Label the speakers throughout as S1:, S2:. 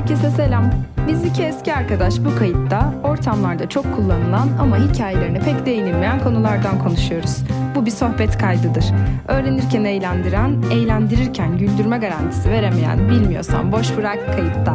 S1: Herkese selam. Biz iki eski arkadaş bu kayıtta ortamlarda çok kullanılan ama hikayelerine pek değinilmeyen konulardan konuşuyoruz. Bu bir sohbet kaydıdır. Öğrenirken eğlendiren, eğlendirirken güldürme garantisi veremeyen, bilmiyorsan boş bırak kayıtta.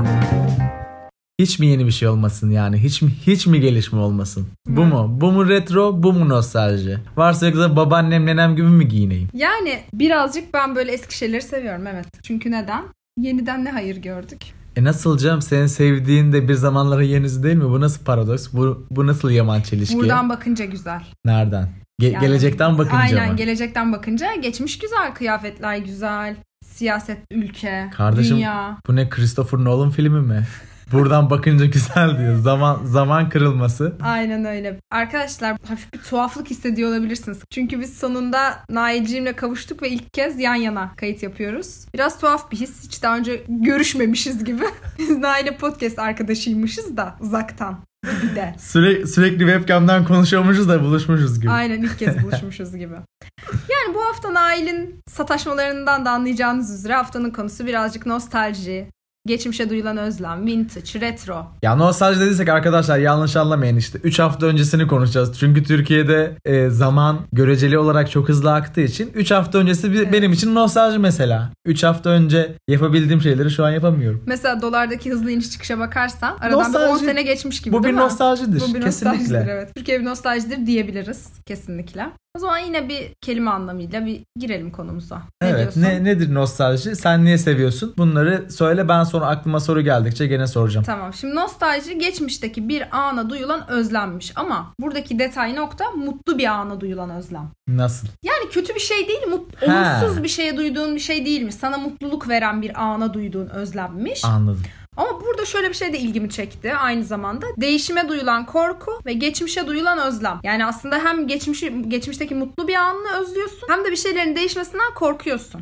S2: Hiç mi yeni bir şey olmasın yani? Hiç mi gelişme olmasın? Bu mu? Bu mu retro? Bu mu nostalji? Varsa yoksa babaannem nenem gibi mi giyineyim?
S1: Yani birazcık ben böyle eski şeyleri seviyorum, evet. Çünkü neden? Yeniden ne hayır gördük?
S2: Nasıl canım? Senin sevdiğin de bir zamanlara yenisi değil mi? Bu nasıl paradoks? Bu nasıl yaman çelişki?
S1: Buradan bakınca güzel.
S2: Nereden?
S1: Yani,
S2: gelecekten bakınca
S1: aynen,
S2: mı?
S1: Gelecekten bakınca geçmiş güzel, kıyafetler güzel, siyaset, ülke,
S2: Kardeşim,
S1: dünya.
S2: bu ne, Christopher Nolan filmi mi? Buradan bakınca güzel diyor. Zaman kırılması.
S1: Aynen öyle. Arkadaşlar, hafif bir tuhaflık hissediyor olabilirsiniz. Çünkü biz sonunda Nail'ciğimle kavuştuk ve ilk kez yan yana kayıt yapıyoruz. Biraz tuhaf bir his. Hiç daha önce görüşmemişiz gibi. Biz Nail'le podcast arkadaşıymışız da uzaktan gibi de.
S2: Sürekli webcam'dan konuşuyormuşuz da buluşmuşuz gibi.
S1: Aynen, ilk kez buluşmuşuz gibi. Yani bu hafta Nail'in sataşmalarından da anlayacağınız üzere haftanın konusu birazcık nostalji. Geçmişe duyulan özlem, vintage, retro.
S2: Ya nostalji dediysek arkadaşlar yanlış anlamayın işte. 3 hafta öncesini konuşacağız. Çünkü Türkiye'de zaman göreceli olarak çok hızlı aktığı için 3 hafta öncesi benim için nostalji mesela. 3 hafta önce yapabildiğim şeyleri şu an yapamıyorum.
S1: Mesela dolardaki hızlı iniş çıkışa bakarsan aradan
S2: nostalji,
S1: 10 sene geçmiş gibi,
S2: bu
S1: değil
S2: bir
S1: mi?
S2: nostaljidir.
S1: Bu bir
S2: kesinlikle.
S1: nostaljidir, evet. Türkiye bir nostaljidir diyebiliriz kesinlikle. O zaman yine bir kelime anlamıyla bir girelim konumuza.
S2: Evet, nedir nostalji? Sen niye seviyorsun? Bunları söyle, ben sonra aklıma soru geldikçe gene soracağım.
S1: Tamam, şimdi nostalji geçmişteki bir ana duyulan özlemmiş ama buradaki detay nokta mutlu bir ana duyulan özlem.
S2: Nasıl?
S1: Yani kötü bir şey değil, olumsuz bir şeye duyduğun bir şey değilmiş. Sana mutluluk veren bir ana duyduğun özlemmiş.
S2: Anladım.
S1: Ama burada şöyle bir şey de ilgimi çekti aynı zamanda. Değişime duyulan korku ve geçmişe duyulan özlem. Yani aslında hem geçmişteki mutlu bir anını özlüyorsun hem de bir şeylerin değişmesinden korkuyorsun.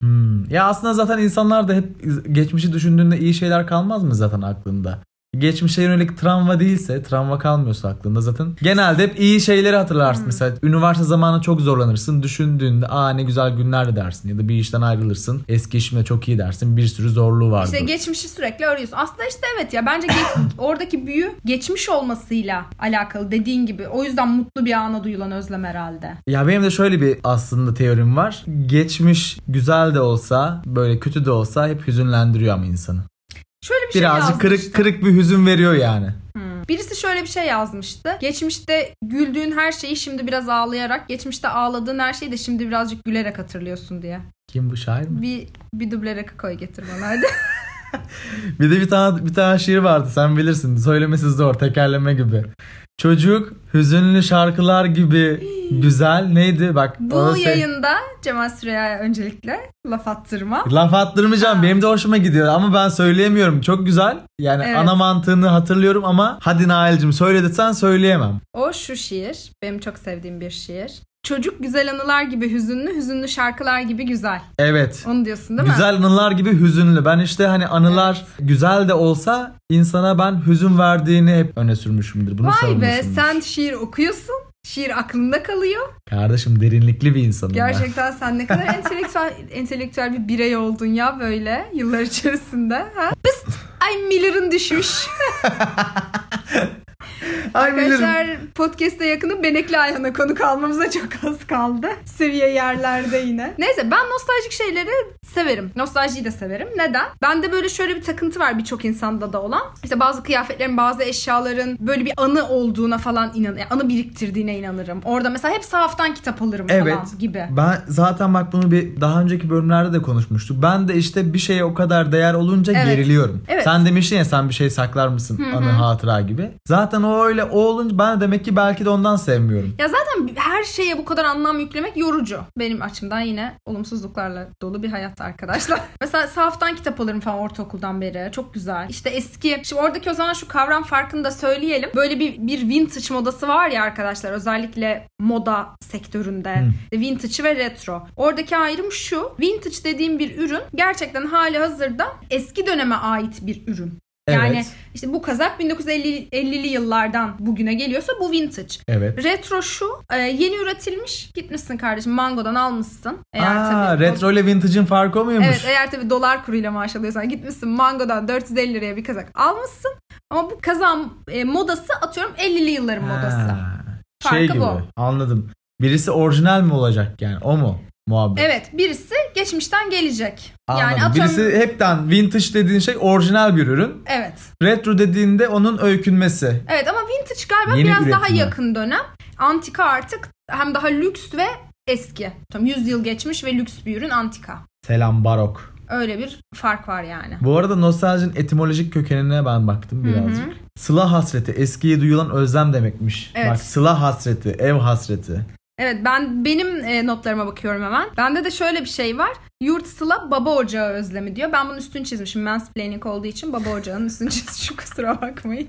S2: Ya aslında zaten insanlar da hep geçmişi düşündüğünde iyi şeyler kalmaz mı zaten aklında? Geçmişe yönelik travma değilse, travma kalmıyorsa aklında zaten genelde hep iyi şeyleri hatırlarsın. Mesela üniversite zamanı çok zorlanırsın. Düşündüğünde ne güzel günlerdi dersin. Ya da bir işten ayrılırsın. Eski işimde çok iyi dersin. Bir sürü zorluğu vardı.
S1: İşte geçmişi sürekli arıyorsun. Aslında işte evet ya, bence oradaki büyü geçmiş olmasıyla alakalı, dediğin gibi. O yüzden mutlu bir ana duyulan özlem herhalde.
S2: Ya benim de şöyle bir aslında teorim var. Geçmiş güzel de olsa, böyle kötü de olsa hep hüzünlendiriyor ama insanı.
S1: Şöyle bir şey
S2: birazcık
S1: yazmıştı.
S2: kırık bir hüzün veriyor yani.
S1: Birisi şöyle bir şey yazmıştı. Geçmişte güldüğün her şeyi şimdi biraz ağlayarak, geçmişte ağladığın her şeyi de şimdi birazcık gülerek hatırlıyorsun diye.
S2: Kim bu, şair mi?
S1: Bir duble rakı koy getir bana hadi.
S2: Bir de bir tane şiir vardı, sen bilirsin. Söylemesi zor, tekerleme gibi. Çocuk hüzünlü şarkılar gibi güzel. Neydi bak.
S1: Bu yayında Cemal Süreyya'ya öncelikle laf attırma.
S2: Laf attırmayacağım. Benim de hoşuma gidiyor ama ben söyleyemiyorum. Çok güzel. Yani evet. Ana mantığını hatırlıyorum ama hadi Nail'cim söyle desen söyleyemem.
S1: O şu şiir. Benim çok sevdiğim bir şiir. Çocuk güzel anılar gibi hüzünlü, hüzünlü şarkılar gibi güzel.
S2: Evet.
S1: Onu diyorsun değil mi?
S2: Güzel anılar gibi hüzünlü. Ben işte hani anılar güzel de olsa insana ben hüzün verdiğini hep öne sürmüşümdür. Bunu
S1: vay be, sen şiir okuyorsun. Şiir aklında kalıyor.
S2: Kardeşim, derinlikli bir insanım.
S1: Gerçekten sen ne kadar entelektüel bir birey oldun ya böyle yıllar içerisinde. Ha? Pıst! Ay Miller'ın düşmüş. Arkadaşlar, podcast'te yakını Benekli Ayhan'a konuk almamıza çok az kaldı. Seviye yerlerde yine. Neyse, ben nostaljik şeyleri severim. Nostaljiyi de severim. Neden? Bende böyle şöyle bir takıntı var, birçok insanda da olan. İşte bazı kıyafetlerin, bazı eşyaların böyle bir anı olduğuna falan inanırım. Yani anı biriktirdiğine inanırım. Orada mesela hep sahaftan kitap alırım falan gibi.
S2: Ben zaten bak bunu daha önceki bölümlerde de konuşmuştuk. Ben de işte bir şeye o kadar değer olunca geriliyorum. Evet. Sen demiştin ya, sen bir şey saklar mısın anı, hatıra gibi. Zaten o olunca ben demek ki belki de ondan sevmiyorum.
S1: Ya zaten her şeye bu kadar anlam yüklemek yorucu. Benim açımdan yine olumsuzluklarla dolu bir hayat arkadaşlar. Mesela sahaftan kitap alırım falan ortaokuldan beri. Çok güzel. İşte eski. Şimdi oradaki o zaman şu kavram farkını da söyleyelim. Böyle bir vintage modası var ya arkadaşlar. Özellikle moda sektöründe. Vintage ve retro. Oradaki ayrım şu. Vintage dediğim bir ürün gerçekten hali hazırda eski döneme ait bir ürün. Yani
S2: Evet.
S1: işte bu kazak 1950'li yıllardan bugüne geliyorsa bu vintage.
S2: Evet.
S1: Retro şu yeni üretilmiş. Gitmişsin kardeşim Mango'dan almışsın. Eğer
S2: retro ile vintage'in farkı o muymuş?
S1: Evet, eğer tabii dolar kuruyla maaş alıyorsan gitmişsin Mango'dan 450 liraya bir kazak almışsın. Ama bu kazağın modası atıyorum 50'li yılların modası.
S2: Şey
S1: Farkı
S2: gibi
S1: bu.
S2: anladım. Birisi orijinal mi olacak yani, o mu muhabbet?
S1: Evet, birisi geçmişten gelecek.
S2: Anladım.
S1: Yani atıyorum,
S2: birisi hepten vintage dediğin şey orijinal bir ürün.
S1: evet.
S2: Retro dediğinde onun öykünmesi.
S1: Evet ama vintage galiba
S2: Yeni
S1: biraz daha
S2: üretimi.
S1: yakın dönem. Antika artık hem daha lüks ve eski. Tam 100 yıl geçmiş ve lüks bir ürün antika.
S2: Selam barok.
S1: Öyle bir fark var yani.
S2: Bu arada nostaljinin etimolojik kökenine ben baktım birazcık. Sıla hasreti, eskiye duyulan özlem demekmiş.
S1: Evet.
S2: Bak, sıla hasreti, ev hasreti.
S1: Evet, benim notlarıma bakıyorum hemen. Bende de şöyle bir şey var. Yurt sıla baba ocağı özlemi diyor. Ben bunun üstünü çizmişim. Mansplaining olduğu için baba ocağının üstünü çizmişim. Kusura bakmayın.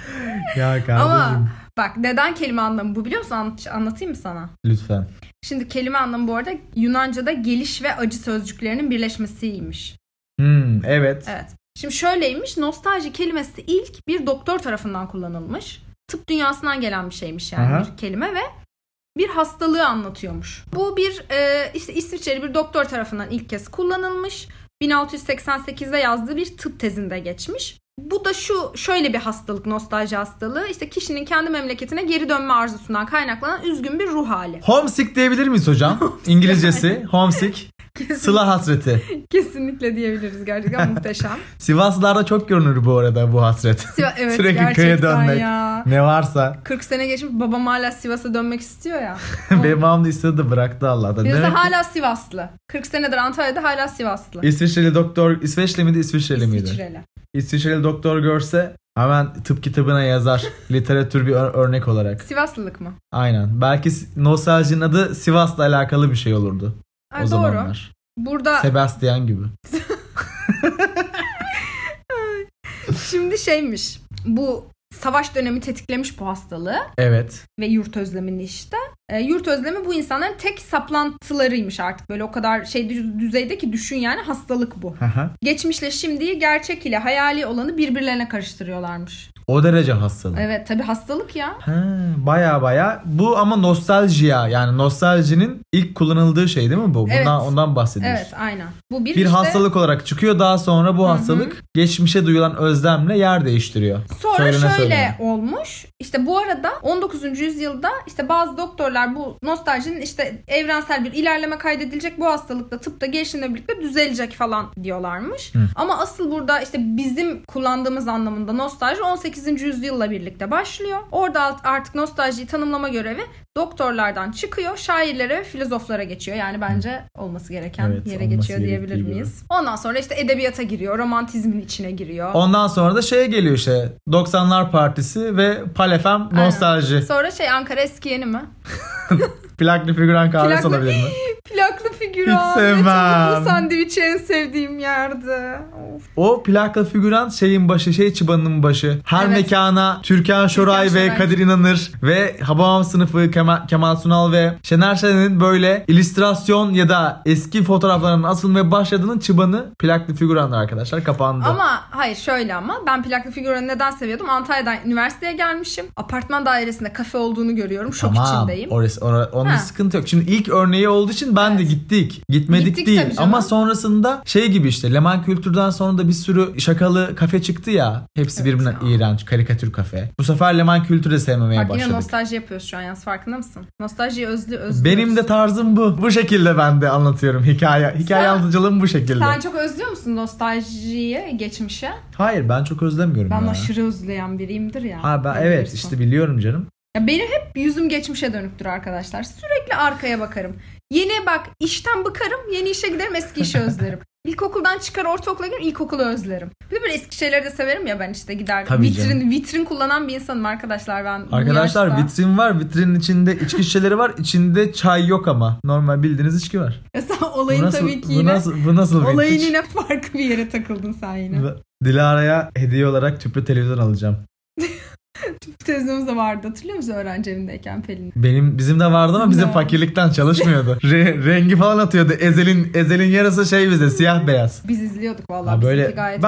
S2: Ya kardeşim.
S1: Ama bak, neden kelime anlamı bu biliyor musun? Anlatayım mı sana?
S2: Lütfen.
S1: Şimdi kelime anlamı bu arada Yunanca'da geliş ve acı sözcüklerinin birleşmesiymiş.
S2: Evet.
S1: Evet. Şimdi şöyleymiş. Nostalji kelimesi ilk bir doktor tarafından kullanılmış. Tıp dünyasından gelen bir şeymiş yani.
S2: Aha.
S1: Bir kelime ve bir hastalığı anlatıyormuş. Bu bir işte İsviçreli bir doktor tarafından ilk kez kullanılmış. 1688'de yazdığı bir tıp tezinde geçmiş. Bu da şöyle bir hastalık, nostalji hastalığı. İşte kişinin kendi memleketine geri dönme arzusundan kaynaklanan üzgün bir ruh hali.
S2: Homesick diyebilir miyiz hocam? İngilizcesi homesick. Sıla hasreti.
S1: Kesinlikle diyebiliriz, gerçekten muhteşem.
S2: Sivaslılarda çok görünür bu arada bu hasret.
S1: Evet,
S2: Sürekli köye
S1: gerçekten
S2: dönmek.
S1: ya.
S2: Ne varsa.
S1: 40 sene geçmiş, babam hala Sivas'a dönmek istiyor ya.
S2: Benim babam da istedi de bıraktı Allah'tan.
S1: Bizde
S2: Demek ki
S1: hala Sivaslı. 40 senedir Antalya'da hala Sivaslı.
S2: İsviçreli doktor, İsveçli miydi, İsviçreli miydi?
S1: İsviçreli.
S2: İsviçreli doktor görse hemen tıp kitabına yazar. Literatür bir örnek olarak.
S1: Sivaslılık mı?
S2: Aynen. Belki nostaljinin adı Sivas'la alakalı bir şey olurdu.
S1: Ha,
S2: O
S1: doğru.
S2: zamanlar.
S1: Burada
S2: Sebastian gibi.
S1: şimdi şeymiş. Bu savaş dönemi tetiklemiş bu hastalığı
S2: Evet.
S1: ve yurt özlemini işte. Yurt özlemi bu insanların tek saplantılarıymış artık. Böyle o kadar düzeyde ki düşün yani, hastalık bu.
S2: Aha.
S1: Geçmişle şimdiyi, gerçek ile hayali olanı birbirlerine karıştırıyorlarmış.
S2: O derece hastalık.
S1: Evet, tabii hastalık ya.
S2: Baya. Bu ama nostaljiya, yani nostaljinin ilk kullanıldığı şey değil mi bu?
S1: Evet.
S2: Ondan bahsediyorsun.
S1: Evet, aynen. Bu
S2: Bir
S1: işte
S2: hastalık olarak çıkıyor, daha sonra bu hastalık geçmişe duyulan özlemle yer değiştiriyor.
S1: Sonra şöyle
S2: söylene.
S1: olmuş. İşte bu arada 19. yüzyılda işte bazı doktorlar bu nostaljinin işte evrensel bir ilerleme kaydedilecek, bu hastalıkta tıpta gelişimle birlikte düzelecek falan diyorlarmış. Ama asıl burada işte bizim kullandığımız anlamında nostalji 18. yüzyılla birlikte başlıyor. Orada artık nostaljiyi tanımlama görevi doktorlardan çıkıyor, şairlere ve filozoflara geçiyor. Yani bence olması gereken yere geçiyor diyebilir miyiz? Ondan sonra işte edebiyata giriyor, romantizmin içine giriyor.
S2: Ondan sonra da şeye geliyor işte 90'lar Partisi ve Palefem nostalji.
S1: Sonra Ankara eski yeni mi?
S2: Plaklı figüran kahvesi olabilir mi?
S1: Plaklı figüran.
S2: Hiç sevmem.
S1: Bu sandviçi en sevdiğim yerde. Of.
S2: O plaklı figüran şeyin başı, çıbanın başı. Her
S1: Evet.
S2: mekana Türkan Şoray
S1: Türkan
S2: ve
S1: Şoray.
S2: Kadir İnanır ve Hababam sınıfı Kemal Sunal ve Şener Şen'in böyle illüstrasyon ya da eski fotoğraflarının asılmaya başladığının çıbanı plaklı figüranlar arkadaşlar, kapandı.
S1: Ama hayır, şöyle, ama ben plaklı figüranı neden seviyordum? Antalya'dan üniversiteye gelmişim. Apartman dairesinde kafe olduğunu görüyorum. Şok içindeyim.
S2: Onun sıkıntı yok. Şimdi ilk örneği olduğu için ben de gittik. Gitmedik
S1: Gittik
S2: değil.
S1: tabii canım.
S2: Ama sonrasında şey gibi işte Leman Kültür'den sonra da bir sürü şakalı kafe çıktı ya. Hepsi birbirinden iğrenç. Karikatür kafe. Bu sefer Leman Kültür'ü de sevmemeye
S1: Bak,
S2: başladık.
S1: yine nostalji yapıyoruz şu an yalnız, farkında mısın? Nostaljiyi özlüyoruz.
S2: Benim de tarzım bu. Bu şekilde ben de anlatıyorum hikaye. Hikaye anlatıcılığım bu şekilde.
S1: Sen çok özlüyor musun nostaljiyi, geçmişe?
S2: Hayır, ben çok özlemiyorum
S1: Ben
S2: ya.
S1: aşırı özleyen biriyimdir ya.
S2: Evet
S1: Biliyorsun.
S2: işte biliyorum canım.
S1: Ya benim hep yüzüm geçmişe dönüktür arkadaşlar. Sürekli arkaya bakarım. Yeni bak, işten bıkarım, yeni işe giderim, eski işi özlerim. İlkokuldan çıkar ortaokula giderim, ilkokulu özlerim. Bir de böyle eski şeyleri de severim ya, ben işte gider.
S2: Tabii canım.
S1: Vitrin kullanan bir insanım arkadaşlar ben.
S2: Arkadaşlar
S1: bu yaşta.
S2: vitrin var. Vitrinin içinde içki şişeleri var. İçinde çay yok ama. Normal bildiğiniz içki var.
S1: Ya sen olayın tabii ki
S2: bu
S1: yine.
S2: nasıl
S1: Olayın
S2: vintage?
S1: yine farklı bir yere takıldın sen yine.
S2: Dilara'ya hediye olarak tüplü televizyon alacağım.
S1: Tezimiz de vardı. Hatırlıyor musun öğrenci evindeyken Pelin?
S2: Bizim de vardı ama bizim fakirlikten çalışmıyordu. Rengi falan atıyordu. Ezel'in yarısı şey bize siyah beyaz.
S1: Biz izliyorduk vallahi.
S2: Böyle
S1: gayet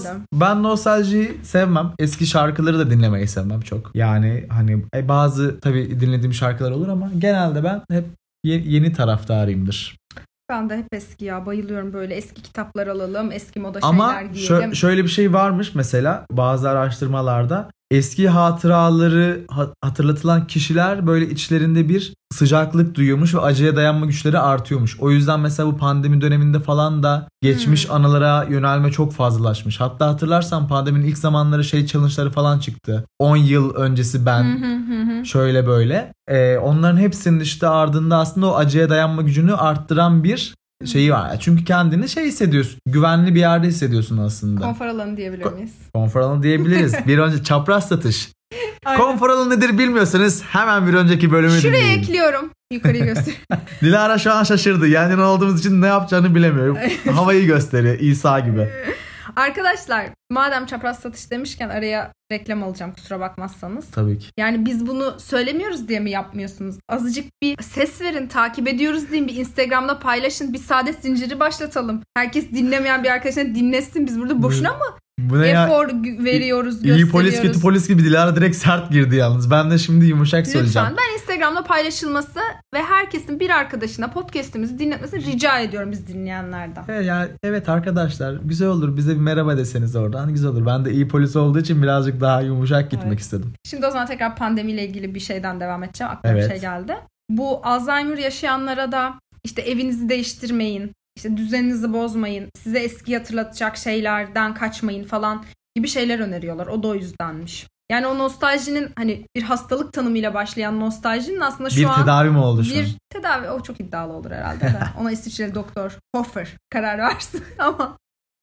S2: ben nostaljiyi sevmem. Eski şarkıları da dinlemeyi sevmem çok. Yani hani bazı tabii dinlediğim şarkılar olur ama genelde ben hep yeni taraftarıyımdır.
S1: Ben de hep eski ya. Bayılıyorum böyle eski kitaplar alalım, eski moda
S2: ama
S1: şeyler giyelim.
S2: Ama şöyle bir şey varmış mesela bazı araştırmalarda. Eski hatıraları hatırlatılan kişiler böyle içlerinde bir sıcaklık duyuyormuş ve acıya dayanma güçleri artıyormuş. O yüzden mesela bu pandemi döneminde falan da geçmiş anılara yönelme çok fazlalaşmış. Hatta hatırlarsan pandeminin ilk zamanları challenge'ları falan çıktı. 10 yıl öncesi ben şöyle böyle. Onların hepsinin işte ardında aslında o acıya dayanma gücünü arttıran bir şeyi var. Çünkü kendini hissediyorsun. Güvenli bir yerde hissediyorsun aslında.
S1: Konfor alanı diyebilir miyiz?
S2: Konfor alanı diyebiliriz. Bir önce çapraz satış. Aynen. Konfor alanı nedir bilmiyorsanız hemen bir önceki bölümü dinleyin.
S1: Şuraya ekliyorum. Yukarıyı göster.
S2: Dilara şu an şaşırdı. Yan yana olduğumuz için ne yapacağını bilemiyor. Havayı gösteriyor. İsa gibi.
S1: Arkadaşlar madem çapraz satış demişken araya reklam alacağım kusura bakmazsanız.
S2: Tabii ki.
S1: Yani biz bunu söylemiyoruz diye mi yapmıyorsunuz? Azıcık bir ses verin, takip ediyoruz deyin, bir Instagram'da paylaşın, bir saadet zinciri başlatalım. Herkes dinlemeyen bir arkadaşına dinlesin. Biz burada boşuna mı efor veriyoruz, gösteriyoruz?
S2: İyi polis kötü polis gibi Dilara direkt sert girdi yalnız. Ben de şimdi yumuşak söyleyeceğim.
S1: Lütfen ben Instagram'da paylaşılması ve herkesin bir arkadaşına podcast'imizi dinletmesini rica ediyorum biz dinleyenlerden.
S2: Evet arkadaşlar güzel olur bize bir merhaba deseniz oradan güzel olur. Ben de iyi polis olduğu için birazcık daha yumuşak gitmek istedim.
S1: Şimdi o zaman tekrar pandemiyle ilgili bir şeyden devam edeceğim. Aklıma bir şey geldi. Bu Alzheimer yaşayanlara da işte evinizi değiştirmeyin, işte düzeninizi bozmayın, size eski hatırlatacak şeylerden kaçmayın falan gibi şeyler öneriyorlar. O da o yüzdenmiş. Yani o nostaljinin hani bir hastalık tanımıyla başlayan nostaljinin aslında şu an...
S2: Bir tedavi mi oldu şu an?
S1: Bir tedavi. O çok iddialı olur herhalde de. Ona İsviçreli doktor Hofer karar versin ama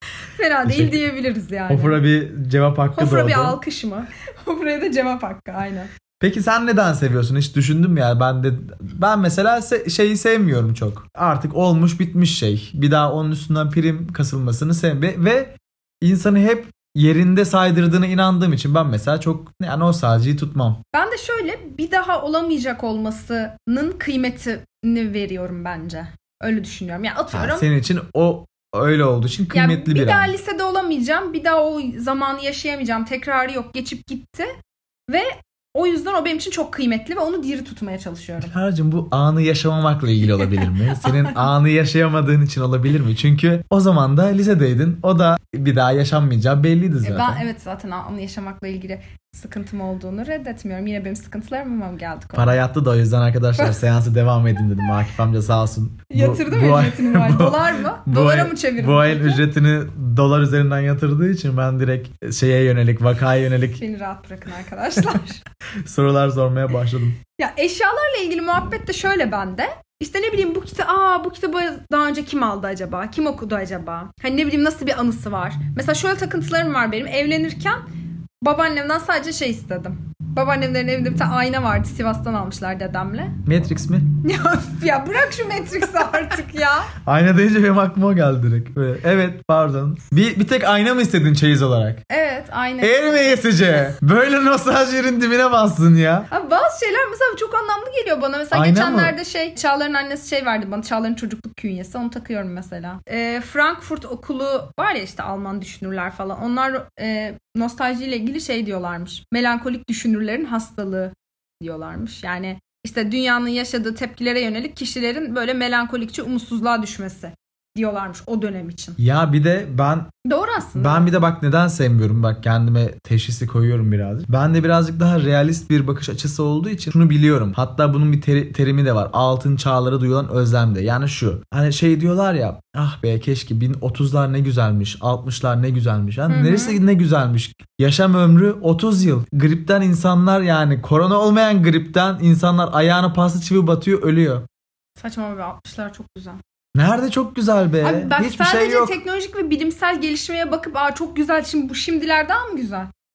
S1: fena değil diyebiliriz yani.
S2: Hofer'a bir cevap hakkı doğdu.
S1: Hofer'a bir alkış mı? Hofer'a da cevap hakkı aynen.
S2: Peki sen neden seviyorsun? Hiç düşündün mü ya? Ben mesela şeyi sevmiyorum çok. Artık olmuş bitmiş şey. Bir daha onun üstünden prim kasılmasını sevmiyorum. Ve insanı hep yerinde saydırdığına inandığım için ben mesela çok nostaljiyi tutmam.
S1: Ben de şöyle bir daha olamayacak olmasının kıymetini veriyorum bence. Öyle düşünüyorum. Yani atıyorum.
S2: Senin için o öyle olduğu için kıymetli bir an.
S1: Bir daha lisede olamayacağım. Bir daha o zamanı yaşayamayacağım. Tekrarı yok. Geçip gitti. Ve o yüzden o benim için çok kıymetli ve onu diri tutmaya çalışıyorum.
S2: Dilara'cığım bu anı yaşamamakla ilgili olabilir mi? Senin anı yaşayamadığın için olabilir mi? Çünkü o zaman da lisedeydin. O da bir daha yaşanmayacağı belliydi zaten.
S1: Ben zaten anı yaşamakla ilgili sıkıntım olduğunu reddetmiyorum. Yine benim sıkıntılarıma mı geldi?
S2: Para yattı da o yüzden arkadaşlar seansı devam edin dedim. Akif amca sağ olsun.
S1: Yatırdı mı ücretini var? Dolar mı? Dolara mı çevirdin?
S2: Bu ayın ücretini dolar üzerinden yatırdığı için ben direkt vakaya yönelik.
S1: Beni rahat bırakın arkadaşlar.
S2: Sorular sormaya başladım.
S1: Ya eşyalarla ilgili muhabbet de şöyle bende. İşte ne bileyim bu kitabı daha önce kim aldı acaba? Kim okudu acaba? Hani ne bileyim nasıl bir anısı var? Mesela şöyle takıntılarım var benim. Evlenirken babaannemden sadece istedim. Babaannemlerin evinde bir tane ayna vardı. Sivas'tan almışlar dedemle.
S2: Matrix mi?
S1: Ya bırak şu Matrix'i artık ya.
S2: Ayna deyince benim aklıma o geldi direkt. Böyle, evet pardon. Bir tek ayna mı istedin çeyiz olarak?
S1: Evet ayna.
S2: Ermeyesice. Böyle nostaljilerin dibine bassın ya.
S1: Abi bazı şeyler mesela çok anlamlı geliyor bana. Mesela ayna geçenlerde Çağlar'ın annesi verdi bana. Çağlar'ın çocukluk künyesi. Onu takıyorum mesela. Frankfurt okulu var ya işte Alman düşünürler falan. Onlar nostaljiyle ilgili diyorlarmış. Melankolik düşünürlerin hastalığı diyorlarmış. Yani işte dünyanın yaşadığı tepkilere yönelik kişilerin böyle melankolikçe umutsuzluğa düşmesi diyorlarmış o dönem için.
S2: Ya bir de
S1: doğru aslında.
S2: Ben bir de bak neden sevmiyorum, bak kendime teşhisi koyuyorum birazcık. Ben de birazcık daha realist bir bakış açısı olduğu için şunu biliyorum. Hatta bunun bir terimi de var. Altın çağlara duyulan özlem de. Yani şu. Hani diyorlar ya, ah be keşke 1030'lar ne güzelmiş, 60'lar ne güzelmiş. Yani neresi ne güzelmiş. Yaşam ömrü 30 yıl. Gripten insanlar, yani korona olmayan gripten insanlar ayağına paslı çivi batıyor, ölüyor.
S1: Saçma be, 60'lar çok güzel.
S2: Nerede çok güzel be?
S1: Abi bak,
S2: hiçbir şey yok.
S1: Sadece teknolojik ve bilimsel gelişmeye bakıp çok güzel, şimdi bu şimdiler daha mı güzel?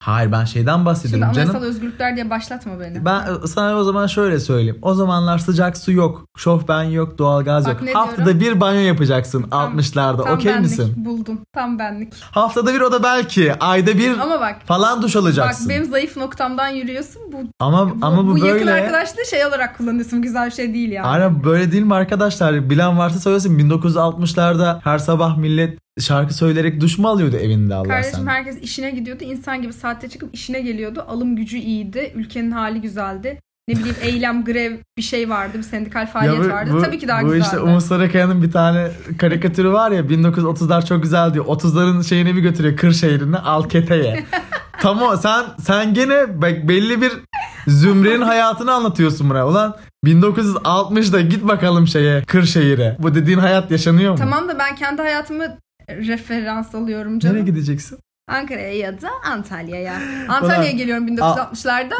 S2: Hayır, ben şeyden bahsediyorum
S1: Şimdi
S2: canım.
S1: anayasal özgürlükler diye başlatma beni.
S2: Ben sana o zaman şöyle söyleyeyim. O zamanlar sıcak su yok, şofben yok, doğalgaz yok. Haftada bir banyo yapacaksın 60'larda. Okey misin?
S1: Buldum. Tam benlik.
S2: Haftada bir, o da belki ayda bir
S1: ama bak,
S2: falan duş alacaksın.
S1: Bak, benim zayıf noktamdan yürüyorsun.
S2: Ama bu
S1: böyle.
S2: Bu
S1: yakın arkadaşlığı şey olarak kullanıyorsun. Güzel bir şey değil yani.
S2: Aynen, böyle değil mi arkadaşlar? Bilen varsa söylesin. 1960'larda her sabah millet şarkı söyleyerek duş mu alıyordu evinde Allah
S1: Kardeşim
S2: sen?
S1: Herkes işine gidiyordu. İnsan gibi saatte çıkıp işine geliyordu. Alım gücü iyiydi. Ülkenin hali güzeldi. Ne bileyim eylem, grev bir şey vardı. Bir sendikal faaliyet vardı. Tabii ki daha güzeldi. Bu
S2: işte Umut Sarıkaya'nın bir tane karikatürü var ya, 1930'lar çok güzel diyor. 30'ların şeyini bir götürüyor, Kırşehir'ine, Alkete'ye. Tam o. Sen gene belli bir zümrenin hayatını anlatıyorsun buraya. Ulan 1960'da git bakalım Kırşehir'e. Bu dediğin hayat yaşanıyor mu?
S1: Tamam da ben kendi hayatımı referans alıyorum canım.
S2: Nereye gideceksin?
S1: Ankara'ya ya da Antalya'ya. Antalya'ya geliyorum 1960'larda.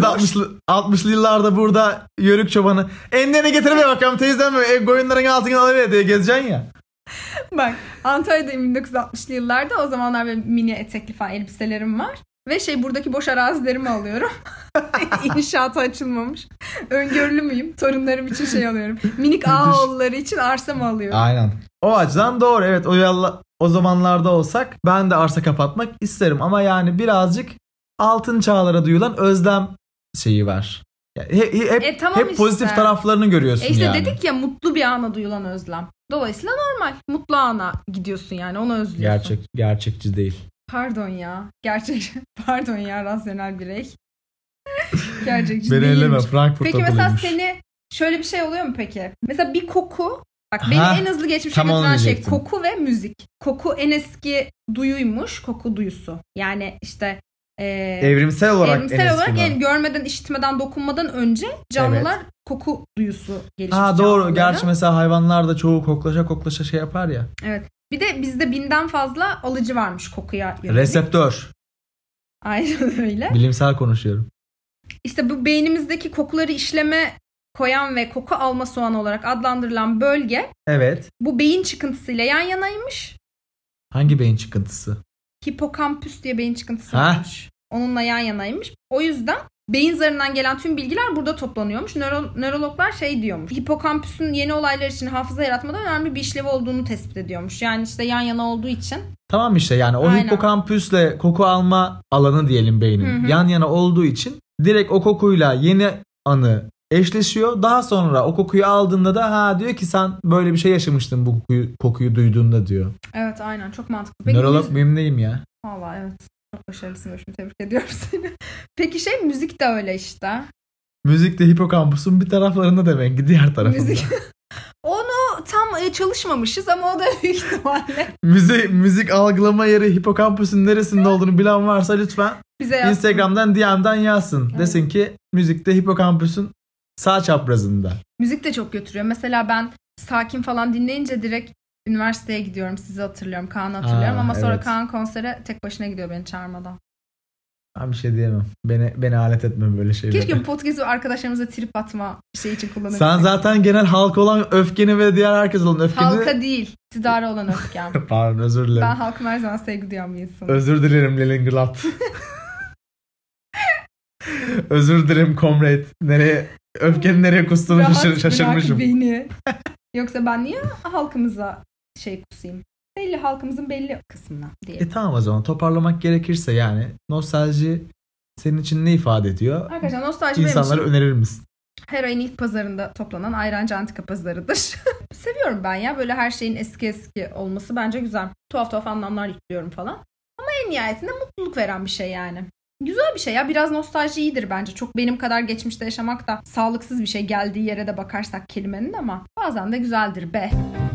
S2: 1960'lı yıllarda burada yörük çobanı. Enlerini getirmeye bakalım teyzem mi? Koyunların altını alıver diye gezeceksin ya.
S1: Bak, Antalya'dayım 1960'lı yıllarda. O zamanlar böyle mini etekli falan elbiselerim var. Ve buradaki boş arazilerimi alıyorum. İnşaata açılmamış. Öngörülü müyüm? Torunlarım için alıyorum. Minik ağaoğulları için arsamı alıyorum.
S2: Aynen. O açıdan doğru. Evet, o zamanlarda olsak ben de arsa kapatmak isterim. Ama yani birazcık altın çağlara duyulan özlem şeyi var. Yani hep pozitif taraflarını görüyorsun
S1: işte
S2: yani.
S1: dedik ya, mutlu bir ana duyulan özlem. Dolayısıyla normal. Mutlu ana gidiyorsun yani, onu özlüyorsun.
S2: Gerçekçi değil.
S1: Pardon ya. Pardon ya, rasyonel birey. Gerçekçi
S2: beni
S1: değilmiş.
S2: elleme, Frankfurt
S1: Peki mesela
S2: okuluymuşum.
S1: seni şöyle bir şey oluyor mu peki? Mesela bir koku. Bak, beni en hızlı geçmişe götüren şey koku ve müzik. Koku en eski duyuymuş. Koku duyusu. Yani işte
S2: evrimsel olarak
S1: görmeden, işitmeden, dokunmadan önce canlılar koku duyusu gelişmiş.
S2: Doğru. Gerçi mesela hayvanlar da çoğu koklaşa şey yapar ya.
S1: Evet. Bir de bizde 1000'den fazla alıcı varmış kokuya yönelik.
S2: Reseptör.
S1: Aynen öyle.
S2: Bilimsel konuşuyorum.
S1: İşte bu beynimizdeki kokuları işleme koyan ve koku alma soğanı olarak adlandırılan bölge.
S2: Evet.
S1: Bu beyin çıkıntısıyla yan yanaymış.
S2: Hangi beyin çıkıntısı?
S1: Hipokampüs diye beyin çıkıntısı varmış. Onunla yan yanaymış. O yüzden beyin zarından gelen tüm bilgiler burada toplanıyormuş. Nörologlar diyormuş. Hipokampüsün yeni olaylar için hafıza yaratmada önemli bir işlevi olduğunu tespit ediyormuş. Yani işte yan yana olduğu için.
S2: Tamam işte yani o hipokampüsle koku alma alanı diyelim beynin. Hı-hı. Yan yana olduğu için direkt o kokuyla yeni anı eşleşiyor. Daha sonra o kokuyu aldığında da diyor ki sen böyle bir şey yaşamıştın bu kokuyu duyduğunda diyor.
S1: Evet, aynen, çok mantıklı. Peki,
S2: nörolog muyum neyim ya?
S1: Valla evet. Çok başarılısın. Şimdi tebrik ediyorum seni. Peki müzik de öyle işte.
S2: Müzik de hipokampusun bir taraflarında demek ki, diğer tarafında. Müzik.
S1: Onu tam çalışmamışız ama o da büyük ihtimalle.
S2: Müzik algılama yeri hipokampusun neresinde olduğunu bilen varsa lütfen bize Instagram'dan DM'den yazsın. Evet. Desin ki müzikte hipokampusun sağ çaprazında.
S1: Müzik de çok götürüyor. Mesela ben Sakin falan dinleyince direkt üniversiteye gidiyorum. Sizi hatırlıyorum. Kaan'ı hatırlıyorum ama sonra Kaan konsere tek başına gidiyor beni çağırmadan.
S2: Ben bir şey diyemem. Beni alet etme böyle şeylere.
S1: Keşke bu podcast'ı arkadaşlarımıza trip atma şey için kullanırsak.
S2: Sen zaten genel halka olan öfkeni ve diğer herkes olan öfkeni...
S1: Halka değil. İktidara olan öfkem.
S2: Pardon, özür dilerim.
S1: Ben halkıma her zaman sevgi duyan bir insanım.
S2: Özür dilerim Leningrad. Özür dilerim Comrade. Öfkenin nereye kustuğunu şaşırmışım.
S1: Rahat beni. Yoksa ben niye halkımıza kusayım? Belli, halkımızın belli kısmına diye.
S2: Tamam, o zaman toparlamak gerekirse yani nostalji senin için ne ifade ediyor?
S1: Arkadaşlar, nostalji
S2: İnsanlara önerir misin?
S1: Her ayın ilk pazarında toplanan Ayrancı Antika Pazarı'dır. Seviyorum ben ya, böyle her şeyin eski olması bence güzel. Tuhaf anlamlar yüklüyorum falan. Ama en nihayetinde mutluluk veren bir şey yani. Güzel bir şey ya, biraz nostalji iyidir bence. Çok benim kadar geçmişte yaşamak da sağlıksız bir şey, geldiği yere de bakarsak kelimenin, ama bazen de güzeldir be.